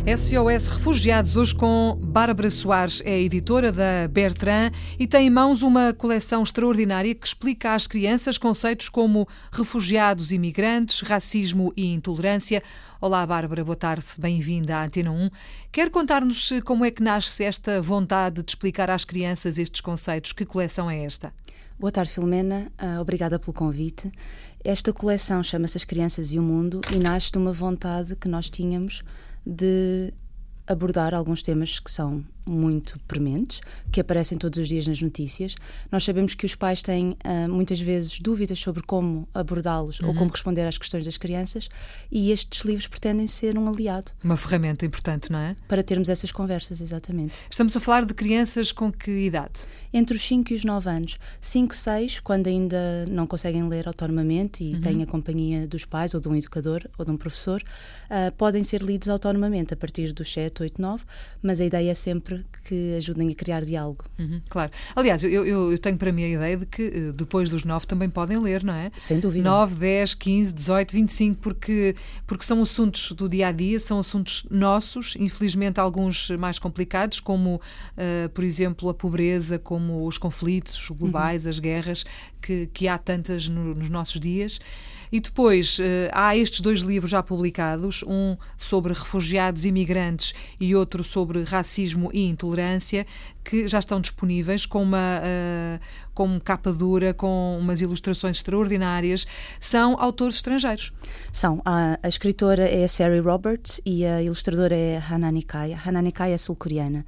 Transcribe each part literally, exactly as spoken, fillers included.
S O S Refugiados, hoje com Bárbara Soares, é editora da Bertrand e tem em mãos uma coleção extraordinária que explica às crianças conceitos como refugiados e migrantes, racismo e intolerância. Olá Bárbara, boa tarde, bem-vinda à Antena um. Quer contar-nos como é que nasce esta vontade de explicar às crianças estes conceitos? Que coleção é esta? Boa tarde, Filomena. Uh, obrigada pelo convite. Esta coleção chama-se As Crianças e o Mundo e nasce de uma vontade que nós tínhamos de abordar alguns temas que são muito prementes, que aparecem todos os dias nas notícias. Nós sabemos que os pais têm uh, muitas vezes dúvidas sobre como abordá-los uhum. ou como responder às questões das crianças, e estes livros pretendem ser um aliado. Uma ferramenta importante, não é? Para termos essas conversas, exatamente. Estamos a falar de crianças com que idade? Entre os cinco e os nove anos. cinco, seis, quando ainda não conseguem ler autonomamente e uhum. têm a companhia dos pais ou de um educador ou de um professor, uh, podem ser lidos autonomamente a partir dos sete, oito, nove, mas a ideia é sempre que ajudem a criar diálogo. Uhum, claro. Aliás, eu, eu, eu tenho para mim a ideia de que depois dos nove também podem ler, não é? Sem dúvida. nove, dez, quinze, dezoito, vinte e cinco, porque, porque são assuntos do dia-a-dia, são assuntos nossos, infelizmente alguns mais complicados, como, uh, por exemplo, a pobreza, como os conflitos globais, uhum. as guerras, que, que há tantas no, nos nossos dias. E depois uh, há estes dois livros já publicados, um sobre refugiados e migrantes e outro sobre racismo e intolerância, que já estão disponíveis com uma, uh, com capa dura, com umas ilustrações extraordinárias. São autores estrangeiros. São. A, a escritora é a Sari Roberts e a ilustradora é a Hana Nikai. A Hana Nikai é sul-coreana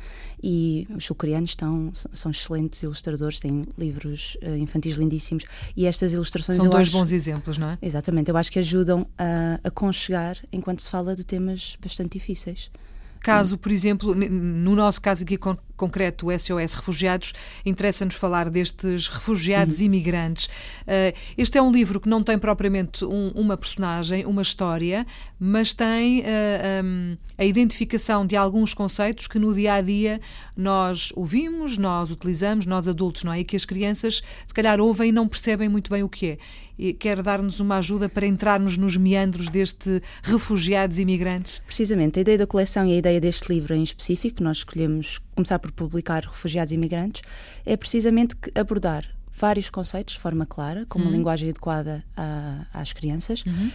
e os sul-coreanos estão, são excelentes ilustradores, têm livros uh, infantis lindíssimos, e estas ilustrações... São eu dois acho, bons exemplos, não é? Exatamente. Eu acho que ajudam a aconchegar enquanto se fala de temas bastante difíceis. Caso, por exemplo, no nosso caso aqui con- concreto, o S O S Refugiados, interessa-nos falar destes refugiados uhum. imigrantes. Uh, este é um livro que não tem propriamente um, uma personagem, uma história, mas tem uh, um, a identificação de alguns conceitos que no dia-a-dia nós ouvimos, nós utilizamos, nós adultos, não é? E que as crianças se calhar ouvem e não percebem muito bem o que é. E quer dar-nos uma ajuda para entrarmos nos meandros deste refugiados imigrantes? Precisamente, a ideia da coleção e a ideia deste livro em específico, que nós escolhemos começar por publicar Refugiados e Imigrantes, é precisamente abordar vários conceitos de forma clara, com uma uhum. linguagem adequada a, às crianças, uhum.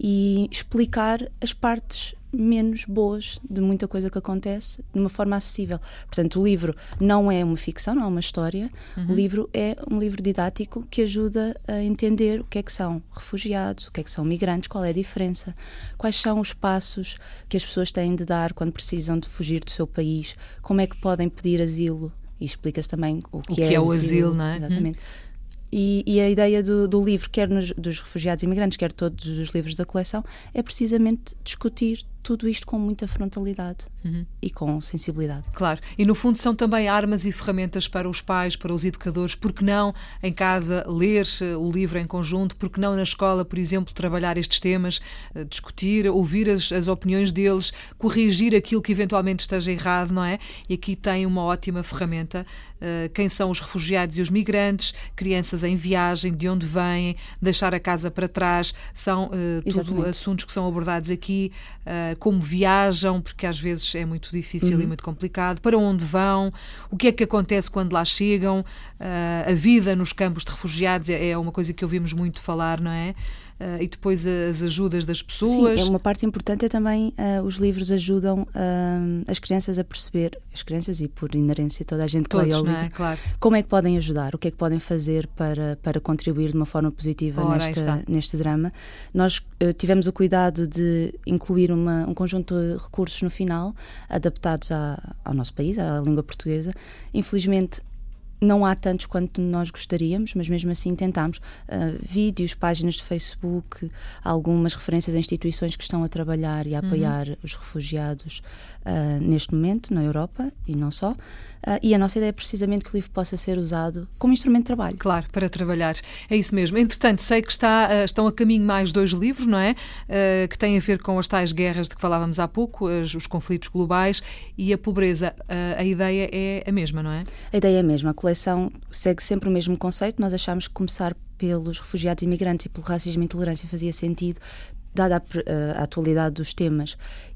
e explicar as partes menos boas de muita coisa que acontece de uma forma acessível. Portanto, o livro não é uma ficção, não é uma história. Uhum. O livro é um livro didático que ajuda a entender o que é que são refugiados, o que é que são migrantes, qual é a diferença, quais são os passos que as pessoas têm de dar quando precisam de fugir do seu país, como é que podem pedir asilo, e explica-se também o que, o que é, é o asilo, asilo, não é? Exatamente. Hum. E, e a ideia do, do livro, quer nos, dos refugiados e imigrantes, quer todos os livros da coleção, é precisamente discutir tudo isto com muita frontalidade uhum. e com sensibilidade. Claro. E no fundo são também armas e ferramentas para os pais, para os educadores. Porque não em casa ler o livro em conjunto? Porque não na escola, por exemplo, trabalhar estes temas, discutir, ouvir as, as opiniões deles, corrigir aquilo que eventualmente esteja errado, não é? E aqui tem uma ótima ferramenta. Uh, quem são os refugiados e os migrantes, crianças em viagem, de onde vêm, deixar a casa para trás, são uh, tudo assuntos que são abordados aqui, uh, como viajam, porque às vezes é muito difícil uhum. e muito complicado, para onde vão, o que é que acontece quando lá chegam, uh, a vida nos campos de refugiados é, é uma coisa que ouvimos muito falar, não é? Uh, e depois as ajudas das pessoas. Sim, é uma parte importante é também uh, os livros ajudam uh, as crianças a perceber, as crianças e por inerência toda a gente que lê o livro, é? Claro. Como é que podem ajudar, o que é que podem fazer para, para contribuir de uma forma positiva Ora, nesta, neste drama. Nós uh, tivemos o cuidado de incluir uma, um conjunto de recursos no final, adaptados à, ao nosso país, à língua portuguesa. Infelizmente não há tantos quanto nós gostaríamos, mas mesmo assim tentámos. Uh, vídeos, páginas de Facebook, algumas referências a instituições que estão a trabalhar e a apoiar uhum. os refugiados uh, neste momento, na Europa e não só. Uh, e a nossa ideia é precisamente que o livro possa ser usado como instrumento de trabalho. Claro, para trabalhar. É isso mesmo. Entretanto, sei que está, uh, estão a caminho mais dois livros, não é? Uh, que têm a ver com as tais guerras de que falávamos há pouco, as, os conflitos globais e a pobreza. Uh, a ideia é a mesma, não é? A ideia é a mesma. A coleção segue sempre o mesmo conceito. Nós achámos que começar pelos refugiados e imigrantes e pelo racismo e intolerância fazia sentido, dada a, a atualidade dos temas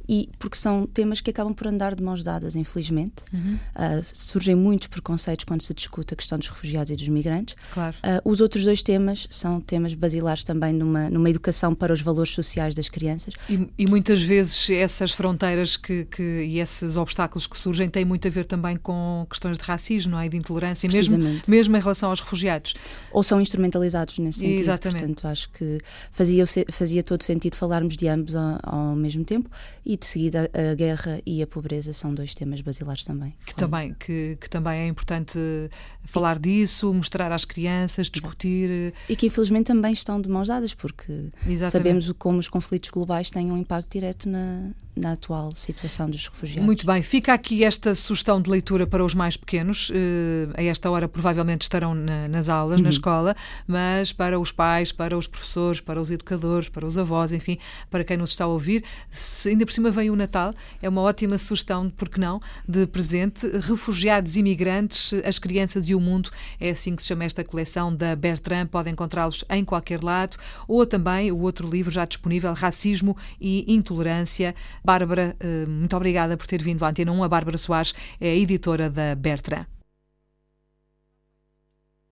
e porque são temas que acabam por andar de mãos dadas, infelizmente. Uhum. Uh, surgem muitos preconceitos quando se discute a questão dos refugiados e dos migrantes. Claro. Uh, os outros dois temas são temas basilares também numa, numa educação para os valores sociais das crianças. E, e muitas vezes essas fronteiras que, que, e esses obstáculos que surgem têm muito a ver também com questões de racismo, não é? E de intolerância, mesmo, mesmo em relação aos refugiados. Ou são instrumentalizados nesse sentido. Exatamente. Portanto, acho que fazia, fazia todo sentido falarmos de ambos ao, ao mesmo tempo, e de seguida a guerra e a pobreza são dois temas basilares também. Que também, que, que também é importante falar e, disso, mostrar às crianças, discutir. Exato. E que infelizmente também estão de mãos dadas, porque Exatamente. Sabemos como os conflitos globais têm um impacto direto na, na atual situação dos refugiados. Muito bem, fica aqui esta sugestão de leitura para os mais pequenos. Uh, a esta hora provavelmente estarão na, nas aulas, uhum. na escola, mas para os pais, para os professores, para os educadores, para os avós, enfim, para quem nos está a ouvir, se ainda por cima vem o Natal, é uma ótima sugestão, porque não, de presente. Refugiados, imigrantes, as crianças e o mundo, é assim que se chama esta coleção da Bertrand. Podem encontrá-los em qualquer lado, ou também o outro livro já disponível, Racismo e Intolerância. Bárbara, muito obrigada por ter vindo à Antena um. A Bárbara Soares é a editora da Bertrand.